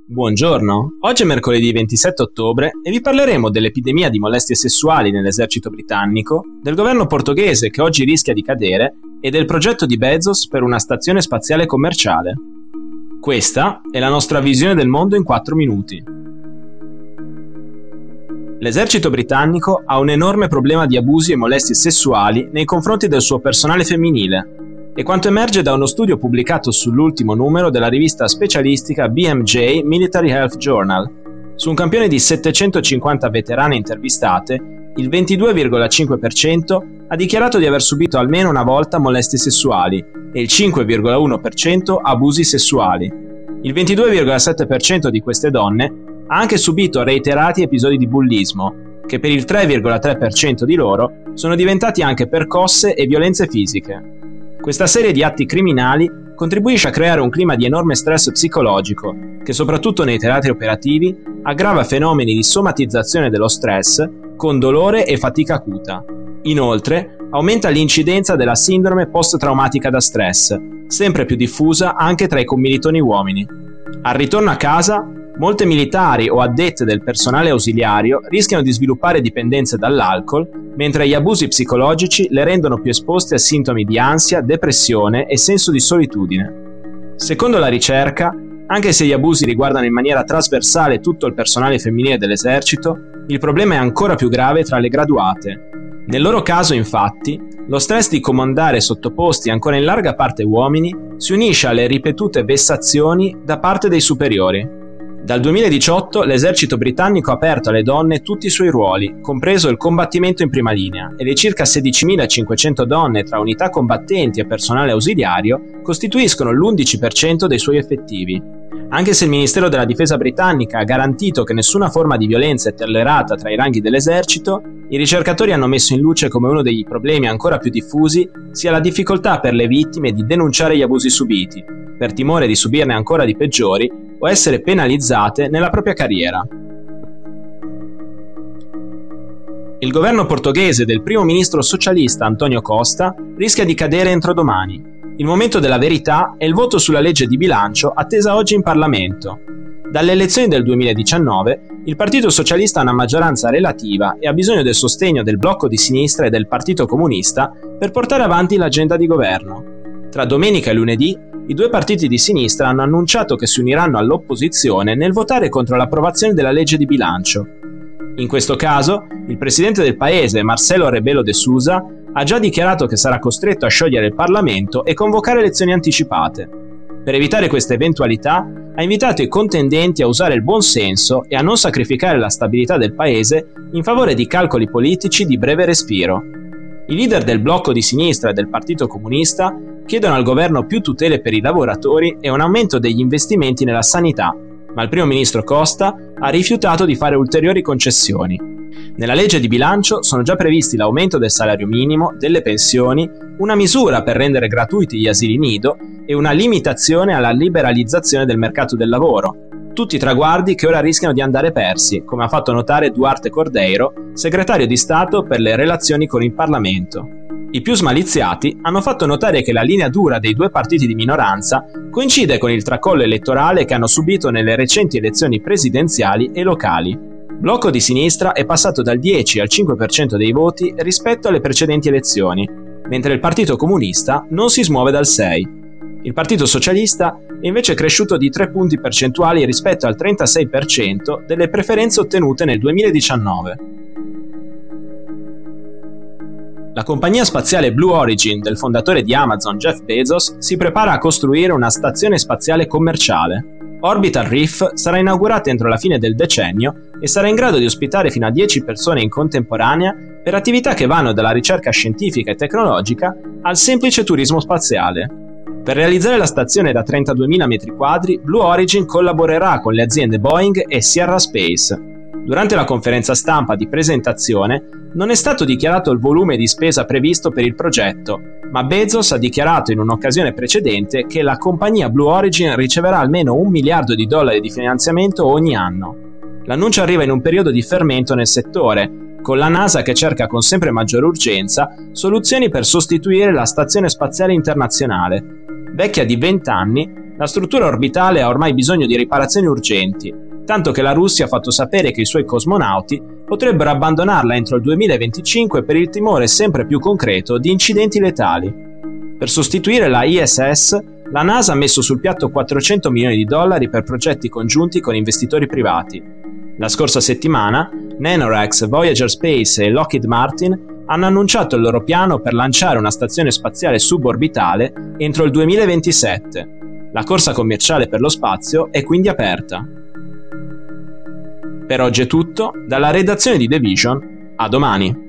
Buongiorno, oggi è mercoledì 27 ottobre e vi parleremo dell'epidemia di molestie sessuali nell'esercito britannico, del governo portoghese che oggi rischia di cadere e del progetto di Bezos per una stazione spaziale commerciale. Questa è la nostra visione del mondo in 4 minuti. L'esercito britannico ha un enorme problema di abusi e molestie sessuali nei confronti del suo personale femminile. E quanto emerge da uno studio pubblicato sull'ultimo numero della rivista specialistica BMJ Military Health Journal. Su un campione di 750 veterane intervistate, il 22,5% ha dichiarato di aver subito almeno una volta molestie sessuali e il 5,1% abusi sessuali. Il 22,7% di queste donne ha anche subito reiterati episodi di bullismo, che per il 3,3% di loro sono diventati anche percosse e violenze fisiche. Questa serie di atti criminali contribuisce a creare un clima di enorme stress psicologico, che soprattutto nei teatri operativi aggrava fenomeni di somatizzazione dello stress con dolore e fatica acuta. Inoltre, aumenta l'incidenza della sindrome post-traumatica da stress, sempre più diffusa anche tra i commilitoni uomini. Al ritorno a casa, molte militari o addette del personale ausiliario rischiano di sviluppare dipendenze dall'alcol, mentre gli abusi psicologici le rendono più esposte a sintomi di ansia, depressione e senso di solitudine. Secondo la ricerca, anche se gli abusi riguardano in maniera trasversale tutto il personale femminile dell'esercito, il problema è ancora più grave tra le graduate. Nel loro caso, infatti, lo stress di comandare sottoposti ancora in larga parte uomini si unisce alle ripetute vessazioni da parte dei superiori. Dal 2018 l'esercito britannico ha aperto alle donne tutti i suoi ruoli, compreso il combattimento in prima linea, e le circa 16.500 donne tra unità combattenti e personale ausiliario costituiscono l'11% dei suoi effettivi. Anche se il Ministero della Difesa britannica ha garantito che nessuna forma di violenza è tollerata tra i ranghi dell'esercito, i ricercatori hanno messo in luce come uno dei problemi ancora più diffusi sia la difficoltà per le vittime di denunciare gli abusi subiti, per timore di subirne ancora di peggiori o essere penalizzate nella propria carriera. Il governo portoghese del primo ministro socialista António Costa rischia di cadere entro domani. Il momento della verità è il voto sulla legge di bilancio attesa oggi in Parlamento. Dalle elezioni del 2019, il Partito Socialista ha una maggioranza relativa e ha bisogno del sostegno del blocco di sinistra e del Partito Comunista per portare avanti l'agenda di governo. Tra domenica e lunedì, i due partiti di sinistra hanno annunciato che si uniranno all'opposizione nel votare contro l'approvazione della legge di bilancio. In questo caso, il presidente del paese, Marcelo Rebelo de Sousa, ha già dichiarato che sarà costretto a sciogliere il Parlamento e convocare elezioni anticipate. Per evitare questa eventualità, ha invitato i contendenti a usare il buon senso e a non sacrificare la stabilità del paese in favore di calcoli politici di breve respiro. I leader del blocco di sinistra e del Partito Comunista chiedono al governo più tutele per i lavoratori e un aumento degli investimenti nella sanità, ma il primo ministro Costa ha rifiutato di fare ulteriori concessioni. Nella legge di bilancio sono già previsti l'aumento del salario minimo, delle pensioni, una misura per rendere gratuiti gli asili nido e una limitazione alla liberalizzazione del mercato del lavoro. Tutti traguardi che ora rischiano di andare persi, come ha fatto notare Duarte Cordeiro, segretario di Stato per le relazioni con il Parlamento. I più smaliziati hanno fatto notare che la linea dura dei due partiti di minoranza coincide con il tracollo elettorale che hanno subito nelle recenti elezioni presidenziali e locali. Blocco di sinistra è passato dal 10 al 5% dei voti rispetto alle precedenti elezioni, mentre il Partito Comunista non si smuove dal 6%. Il Partito Socialista è invece cresciuto di 3 punti percentuali rispetto al 36% delle preferenze ottenute nel 2019. La compagnia spaziale Blue Origin del fondatore di Amazon Jeff Bezos si prepara a costruire una stazione spaziale commerciale. Orbital Reef sarà inaugurata entro la fine del decennio e sarà in grado di ospitare fino a 10 persone in contemporanea per attività che vanno dalla ricerca scientifica e tecnologica al semplice turismo spaziale. Per realizzare la stazione da 32.000 m2, Blue Origin collaborerà con le aziende Boeing e Sierra Space. Durante la conferenza stampa di presentazione non è stato dichiarato il volume di spesa previsto per il progetto, ma Bezos ha dichiarato in un'occasione precedente che la compagnia Blue Origin riceverà almeno $1 miliardo di finanziamento ogni anno. L'annuncio arriva in un periodo di fermento nel settore, con la NASA che cerca con sempre maggiore urgenza soluzioni per sostituire la Stazione Spaziale Internazionale. Vecchia di 20 anni, La struttura orbitale ha ormai bisogno di riparazioni urgenti, tanto che la Russia ha fatto sapere che i suoi cosmonauti potrebbero abbandonarla entro il 2025 per il timore sempre più concreto di incidenti letali. Per sostituire la ISS, la NASA ha messo sul piatto $400 milioni per progetti congiunti con investitori privati. La scorsa settimana, NanoRax, Voyager Space e Lockheed Martin hanno annunciato il loro piano per lanciare una stazione spaziale suborbitale entro il 2027. La corsa commerciale per lo spazio è quindi aperta. Per oggi è tutto, dalla redazione di The Vision, a domani.